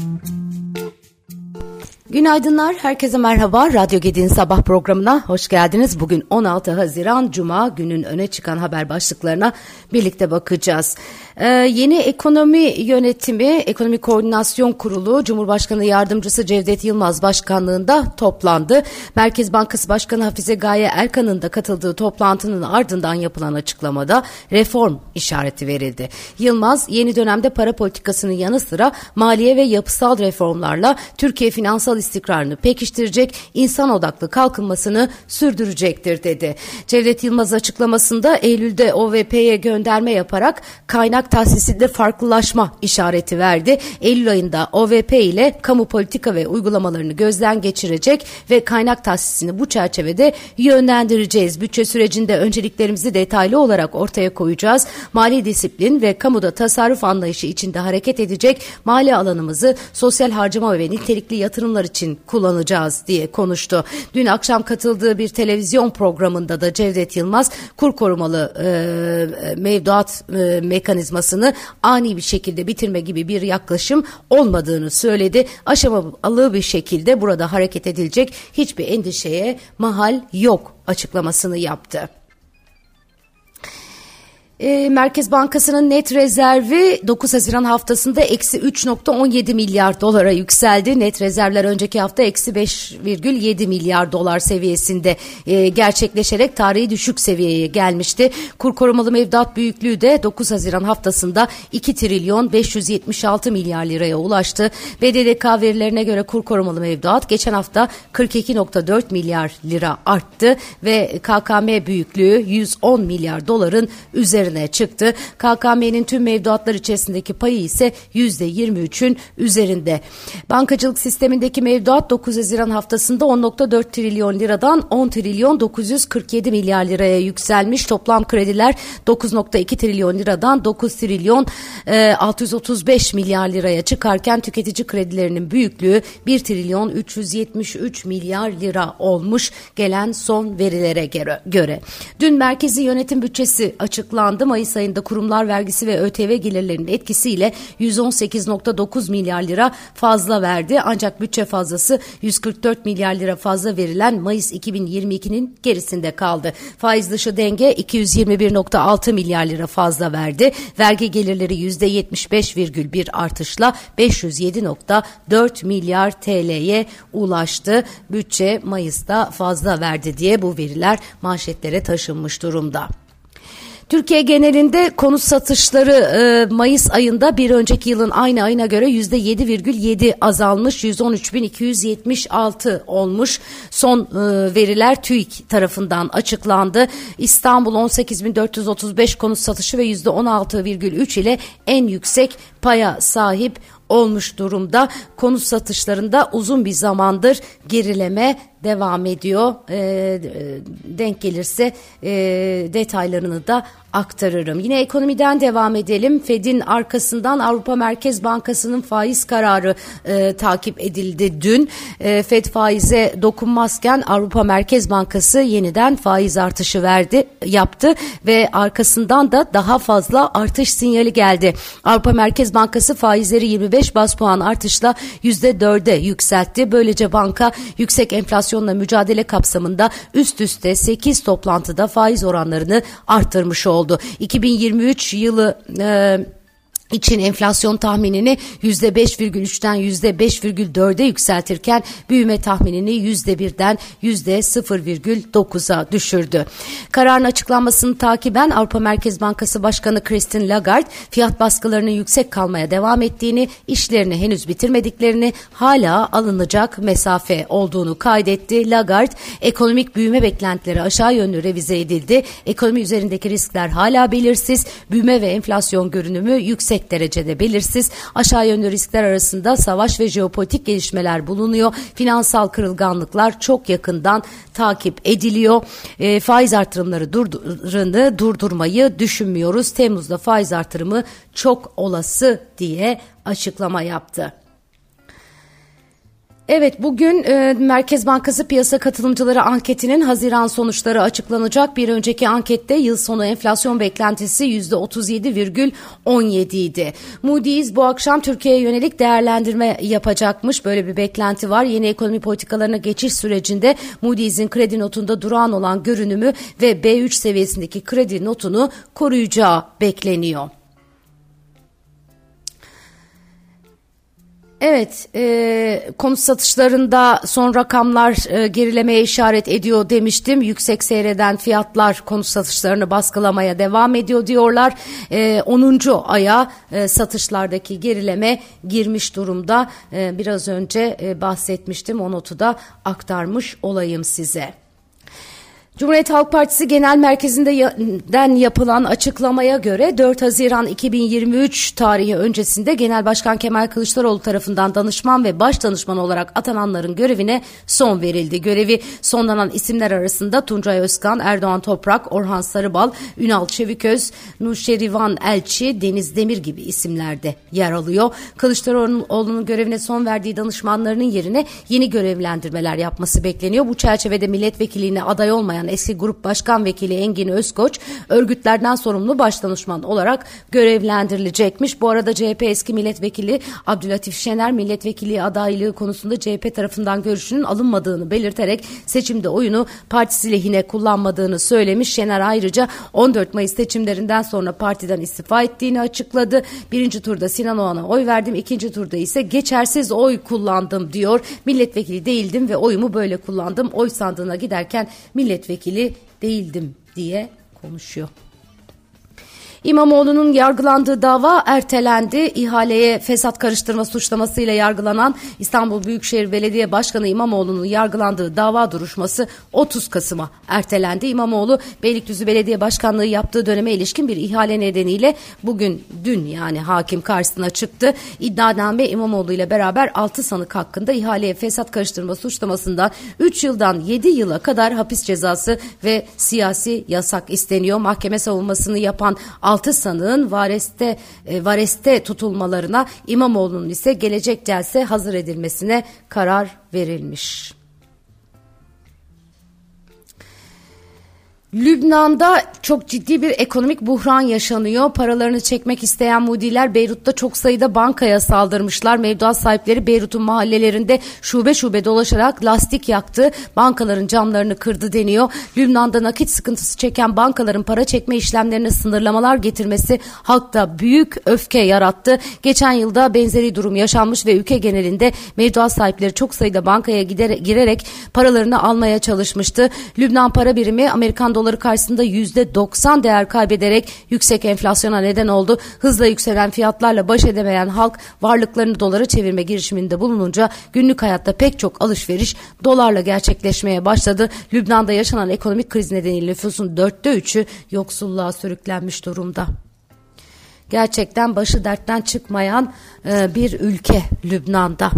Günaydınlar, herkese merhaba. Radyo Gedi'nin sabah programına hoş geldiniz. Bugün 16 Haziran Cuma, günün öne çıkan haber başlıklarına birlikte bakacağız. Yeni ekonomi yönetimi, Ekonomi Koordinasyon Kurulu, Cumhurbaşkanı Yardımcısı Cevdet Yılmaz başkanlığında toplandı. Merkez Bankası Başkanı Hafize Gaye Erkan'ın da katıldığı toplantının ardından yapılan açıklamada reform işareti verildi. Yılmaz, yeni dönemde para politikasının yanı sıra maliye ve yapısal reformlarla Türkiye finansal istikrarını pekiştirecek, insan odaklı kalkınmasını sürdürecektir dedi. Cevdet Yılmaz açıklamasında Eylül'de OVP'ye gönderme yaparak kaynak tahsisinde farklılaşma işareti verdi. Eylül ayında OVP ile kamu politika ve uygulamalarını gözden geçirecek ve kaynak tahsisini bu çerçevede yönlendireceğiz. Bütçe sürecinde önceliklerimizi detaylı olarak ortaya koyacağız. Mali disiplin ve kamuda tasarruf anlayışı içinde hareket edecek, mali alanımızı sosyal harcama ve nitelikli yatırımlar için kullanacağız diye konuştu. Dün akşam katıldığı bir televizyon programında da Cevdet Yılmaz kur korumalı mevduat mekanizmasını ani bir şekilde bitirme gibi bir yaklaşım olmadığını söyledi. Aşamalı bir şekilde burada hareket edilecek, hiçbir endişeye mahal yok açıklamasını yaptı. Merkez Bankası'nın net rezervi 9 Haziran haftasında eksi 3,17 milyar dolara yükseldi. Net rezervler önceki hafta eksi 5,7 milyar dolar seviyesinde gerçekleşerek tarihi düşük seviyeye gelmişti. Kur korumalı mevduat büyüklüğü de 9 Haziran haftasında 2 trilyon 576 milyar liraya ulaştı. BDDK verilerine göre kur korumalı mevduat geçen hafta 42,4 milyar lira arttı ve KKM büyüklüğü 110 milyar doların üzerine çıktı. KKM'nin tüm mevduatlar içerisindeki payı ise %23'ün üzerinde. Bankacılık sistemindeki mevduat 9 Haziran haftasında 10,4 trilyon liradan 10 trilyon 947 milyar liraya yükselmiş. Toplam krediler 9,2 trilyon liradan 9 trilyon 635 milyar liraya çıkarken tüketici kredilerinin büyüklüğü 1 trilyon 373 milyar lira olmuş gelen son verilere göre. Dün merkezi yönetim bütçesi açıklandı. Mayıs ayında kurumlar vergisi ve ÖTV gelirlerinin etkisiyle 118,9 milyar lira fazla verdi. Ancak bütçe fazlası 144 milyar lira fazla verilen Mayıs 2022'nin gerisinde kaldı. Faiz dışı denge 221,6 milyar lira fazla verdi. Vergi gelirleri %75,1 artışla 507,4 milyar TL'ye ulaştı. Bütçe Mayıs'ta fazla verdi diye bu veriler manşetlere taşınmış durumda. Türkiye genelinde konut satışları Mayıs ayında bir önceki yılın aynı ayına göre %7,7 azalmış, 113.276 olmuş. Son veriler TÜİK tarafından açıklandı. İstanbul 18.435 konut satışı ve %16,3 ile en yüksek paya sahip olmuş durumda. Konut satışlarında uzun bir zamandır gerileme devam ediyor. Denk gelirse detaylarını da aktarırım. Yine ekonomiden devam edelim. Fed'in arkasından Avrupa Merkez Bankası'nın faiz kararı takip edildi dün. Fed faize dokunmazken Avrupa Merkez Bankası yeniden faiz artışı yaptı ve arkasından da daha fazla artış sinyali geldi. Avrupa Merkez Bankası faizleri 25 baz puan artışla %4'e yükseltti. Böylece banka yüksek enflasyonla mücadele kapsamında üst üste 8 toplantıda faiz oranlarını arttırmış oldu. 2023 yılı için enflasyon tahminini %5,3'ten %5,4'e yükseltirken büyüme tahminini %1'den %0,9'a düşürdü. Kararın açıklanmasını takiben Avrupa Merkez Bankası Başkanı Christine Lagarde fiyat baskılarının yüksek kalmaya devam ettiğini, işlerini henüz bitirmediklerini, hala alınacak mesafe olduğunu kaydetti. Lagarde, ekonomik büyüme beklentileri aşağı yönlü revize edildi. Ekonomi üzerindeki riskler hala belirsiz, büyüme ve enflasyon görünümü yüksek derecede belirsiz. Aşağı yönlü riskler arasında savaş ve jeopolitik gelişmeler bulunuyor. Finansal kırılganlıklar çok yakından takip ediliyor. Faiz artırımlarını durdurmayı düşünmüyoruz. Temmuz'da faiz artırımı çok olası diye açıklama yaptı. Evet, bugün Merkez Bankası piyasa katılımcıları anketinin Haziran sonuçları açıklanacak. Bir önceki ankette yıl sonu enflasyon beklentisi %37,17 idi. Moody's bu akşam Türkiye'ye yönelik değerlendirme yapacakmış. Böyle bir beklenti var. Yeni ekonomi politikalarına geçiş sürecinde Moody's'in kredi notunda durağan olan görünümü ve B3 seviyesindeki kredi notunu koruyacağı bekleniyor. Evet, konut satışlarında son rakamlar gerilemeye işaret ediyor demiştim. Yüksek seyreden fiyatlar konut satışlarını baskılamaya devam ediyor diyorlar. 10. aya satışlardaki gerileme girmiş durumda. Biraz önce bahsetmiştim, o notu da aktarmış olayım size. Cumhuriyet Halk Partisi Genel Merkezi'nden yapılan açıklamaya göre 4 Haziran 2023 tarihi öncesinde Genel Başkan Kemal Kılıçdaroğlu tarafından danışman ve baş danışman olarak atananların görevine son verildi. Görevi sonlanan isimler arasında Tuncay Özkan, Erdoğan Toprak, Orhan Sarıbal, Ünal Çeviköz, Nuşerivan Elçi, Deniz Demir gibi isimler de yer alıyor. Kılıçdaroğlu'nun görevine son verdiği danışmanlarının yerine yeni görevlendirmeler yapması bekleniyor. Bu çerçevede milletvekilliğine aday olmayan eski Grup Başkan Vekili Engin Özkoç örgütlerden sorumlu başdanışman olarak görevlendirilecekmiş. Bu arada CHP eski milletvekili Abdülatif Şener milletvekilliği adaylığı konusunda CHP tarafından görüşünün alınmadığını belirterek seçimde oyunu partisi lehine kullanmadığını söylemiş. Şener ayrıca 14 Mayıs seçimlerinden sonra partiden istifa ettiğini açıkladı. Birinci turda Sinan Oğan'a oy verdim, ikinci turda ise geçersiz oy kullandım diyor. Milletvekili değildim ve oyumu böyle kullandım. Oy sandığına giderken milletvekili değildim diye konuşuyor. İmamoğlu'nun yargılandığı dava ertelendi. İhaleye fesat karıştırma suçlamasıyla yargılanan İstanbul Büyükşehir Belediye Başkanı İmamoğlu'nun yargılandığı dava duruşması 30 Kasım'a ertelendi. İmamoğlu Beylikdüzü Belediye Başkanlığı yaptığı döneme ilişkin bir ihale nedeniyle dün yani hakim karşısına çıktı. İddianame İmamoğlu ile beraber 6 sanık hakkında ihaleye fesat karıştırma suçlamasında 3 yıldan 7 yıla kadar hapis cezası ve siyasi yasak isteniyor. Mahkeme savunmasını yapan 6 sanığın vareste tutulmalarına, İmamoğlu'nun ise gelecek celse hazır edilmesine karar verilmiş. Lübnan'da çok ciddi bir ekonomik buhran yaşanıyor. Paralarını çekmek isteyen Mudiler Beyrut'ta çok sayıda bankaya saldırmışlar. Mevduat sahipleri Beyrut'un mahallelerinde şube şube dolaşarak lastik yaktı, bankaların camlarını kırdı deniyor. Lübnan'da nakit sıkıntısı çeken bankaların para çekme işlemlerine sınırlamalar getirmesi halkta büyük öfke yarattı. Geçen yılda benzeri durum yaşanmış ve ülke genelinde mevduat sahipleri çok sayıda bankaya girerek paralarını almaya çalışmıştı. Lübnan para birimi Amerikan doları karşısında %90 değer kaybederek yüksek enflasyona neden oldu. Hızla yükselen fiyatlarla baş edemeyen halk varlıklarını dolara çevirme girişiminde bulununca günlük hayatta pek çok alışveriş dolarla gerçekleşmeye başladı. Lübnan'da yaşanan ekonomik kriz nedeniyle nüfusun 3/4'ü yoksulluğa sürüklenmiş durumda. Gerçekten başı dertten çıkmayan bir ülke Lübnan'da.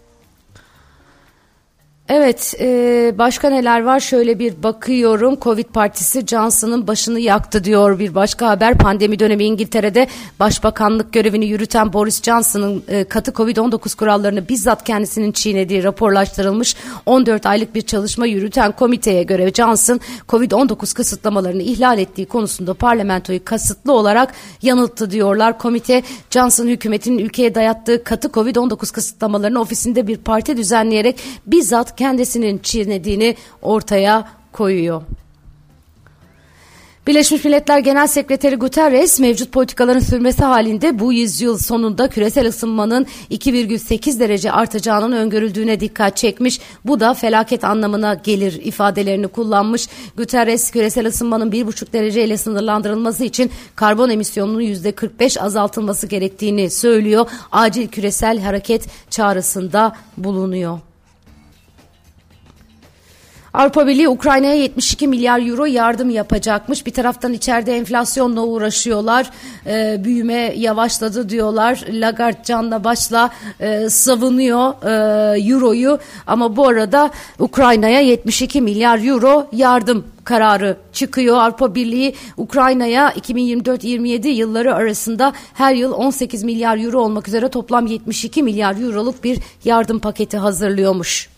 Evet, başka neler var? Şöyle bir bakıyorum. Covid partisi Johnson'ın başını yaktı diyor bir başka haber. Pandemi dönemi İngiltere'de başbakanlık görevini yürüten Boris Johnson'ın katı Covid-19 kurallarını bizzat kendisinin çiğnediği raporlaştırılmış. 14 aylık bir çalışma yürüten komiteye göre Johnson Covid-19 kısıtlamalarını ihlal ettiği konusunda parlamentoyu kasıtlı olarak yanılttı diyorlar. Komite Johnson hükümetinin ülkeye dayattığı katı Covid-19 kısıtlamalarını ofisinde bir parti düzenleyerek bizzat kendisinin çiğnediğini ortaya koyuyor. Birleşmiş Milletler Genel Sekreteri Guterres mevcut politikaların sürmesi halinde bu yüzyıl sonunda küresel ısınmanın 2,8 derece artacağının öngörüldüğüne dikkat çekmiş. Bu da felaket anlamına gelir ifadelerini kullanmış. Guterres küresel ısınmanın 1,5 dereceyle sınırlandırılması için karbon emisyonunun %45 azaltılması gerektiğini söylüyor. Acil küresel hareket çağrısında bulunuyor. Avrupa Birliği Ukrayna'ya 72 milyar euro yardım yapacakmış. Bir taraftan içeride enflasyonla uğraşıyorlar. Büyüme yavaşladı diyorlar. Lagarde canla başla savunuyor euroyu. Ama bu arada Ukrayna'ya 72 milyar euro yardım kararı çıkıyor. Avrupa Birliği Ukrayna'ya 2024-27 yılları arasında her yıl 18 milyar euro olmak üzere toplam 72 milyar euroluk bir yardım paketi hazırlıyormuş.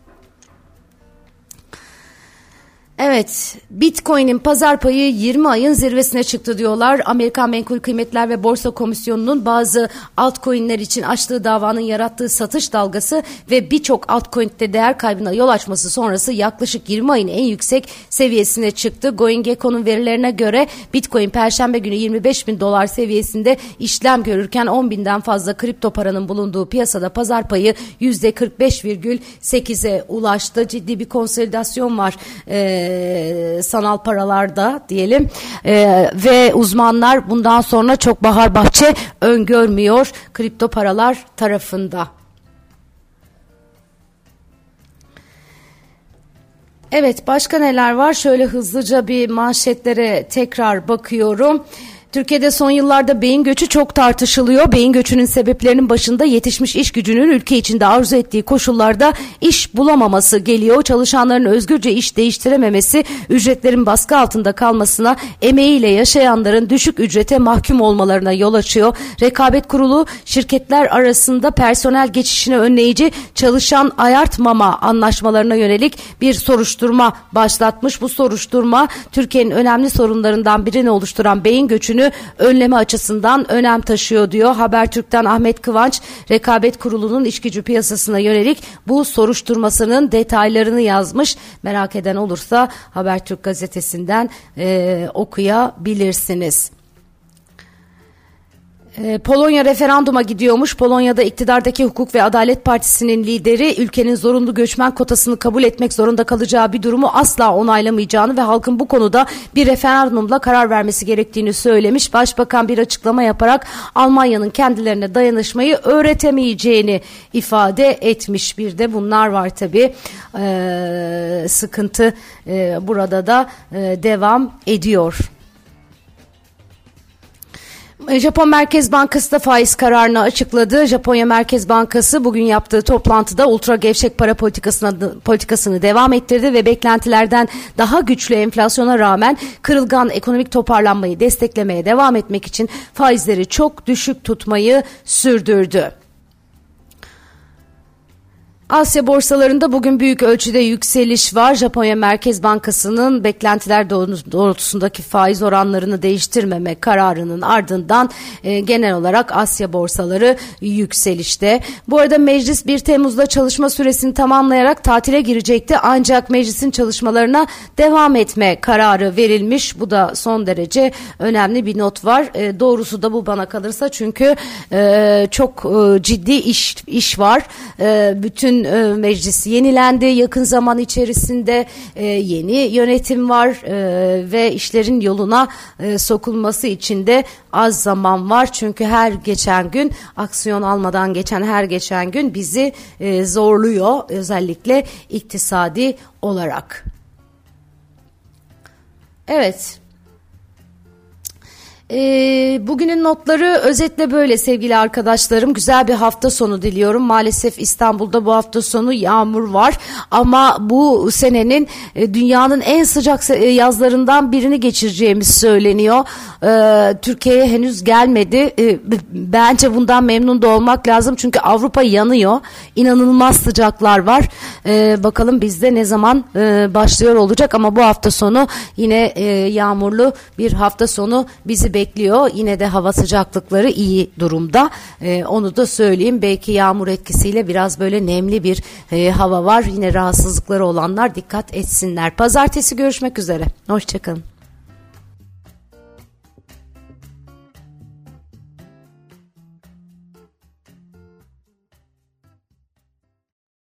Evet, Bitcoin'in pazar payı 20 ayın zirvesine çıktı diyorlar. Amerikan Menkul Kıymetler ve Borsa Komisyonu'nun bazı altcoin'ler için açtığı davanın yarattığı satış dalgası ve birçok altcoin'de değer kaybına yol açması sonrası yaklaşık 20 ayın en yüksek seviyesine çıktı. GoinGecko'nun verilerine göre Bitcoin Perşembe günü 25 bin dolar seviyesinde işlem görürken 10 binden fazla kripto paranın bulunduğu piyasada pazar payı %45,8'e ulaştı. Ciddi bir konsolidasyon var sanal paralarda diyelim ve uzmanlar bundan sonra çok bahar bahçe öngörmüyor kripto paralar tarafında. Evet, başka neler var? Şöyle hızlıca bir manşetlere tekrar bakıyorum. Türkiye'de son yıllarda beyin göçü çok tartışılıyor. Beyin göçünün sebeplerinin başında yetişmiş iş gücünün ülke içinde arzu ettiği koşullarda iş bulamaması geliyor. Çalışanların özgürce iş değiştirememesi, ücretlerin baskı altında kalmasına, emeğiyle yaşayanların düşük ücrete mahkum olmalarına yol açıyor. Rekabet Kurulu şirketler arasında personel geçişini önleyici çalışan ayartmama anlaşmalarına yönelik bir soruşturma başlatmış. Bu soruşturma Türkiye'nin önemli sorunlarından birini oluşturan beyin göçünü önleme açısından önem taşıyor diyor. Habertürk'ten Ahmet Kıvanç, Rekabet Kurulu'nun işgücü piyasasına yönelik bu soruşturmasının detaylarını yazmış. Merak eden olursa Habertürk gazetesinden okuyabilirsiniz. Polonya referanduma gidiyormuş. Polonya'da iktidardaki Hukuk ve Adalet Partisi'nin lideri ülkenin zorunlu göçmen kotasını kabul etmek zorunda kalacağı bir durumu asla onaylamayacağını ve halkın bu konuda bir referandumla karar vermesi gerektiğini söylemiş. Başbakan bir açıklama yaparak Almanya'nın kendilerine dayanışmayı öğretemeyeceğini ifade etmiş. Bir de bunlar var tabii. Sıkıntı burada da devam ediyor. Japon Merkez Bankası da faiz kararını açıkladı. Japonya Merkez Bankası bugün yaptığı toplantıda ultra gevşek para politikasını devam ettirdi ve beklentilerden daha güçlü enflasyona rağmen kırılgan ekonomik toparlanmayı desteklemeye devam etmek için faizleri çok düşük tutmayı sürdürdü. Asya borsalarında bugün büyük ölçüde yükseliş var. Japonya Merkez Bankası'nın beklentiler doğrultusundaki faiz oranlarını değiştirmeme kararının ardından genel olarak Asya borsaları yükselişte. Bu arada meclis 1 Temmuz'da çalışma süresini tamamlayarak tatile girecekti. Ancak meclisin çalışmalarına devam etme kararı verilmiş. Bu da son derece önemli bir not var. Doğrusu da bu bana kalırsa çünkü çok ciddi iş var. Bütün meclis yenilendi. Yakın zaman içerisinde yeni yönetim var ve işlerin yoluna sokulması için de az zaman var. Çünkü her geçen gün aksiyon almadan geçen her geçen gün bizi zorluyor. Özellikle iktisadi olarak. Evet. Bugünün notları özetle böyle sevgili arkadaşlarım. Güzel bir hafta sonu diliyorum. Maalesef İstanbul'da bu hafta sonu yağmur var ama bu senenin dünyanın en sıcak yazlarından birini geçireceğimiz söyleniyor. Türkiye'ye henüz gelmedi. Bence bundan memnun da olmak lazım çünkü Avrupa yanıyor. İnanılmaz sıcaklar var. Bakalım bizde ne zaman başlıyor olacak ama bu hafta sonu yine yağmurlu bir hafta sonu bizi bekliyor. Yine de hava sıcaklıkları iyi durumda. Onu da söyleyeyim. Belki yağmur etkisiyle biraz böyle nemli bir hava var. Yine rahatsızlıkları olanlar dikkat etsinler. Pazartesi görüşmek üzere. Hoşçakalın.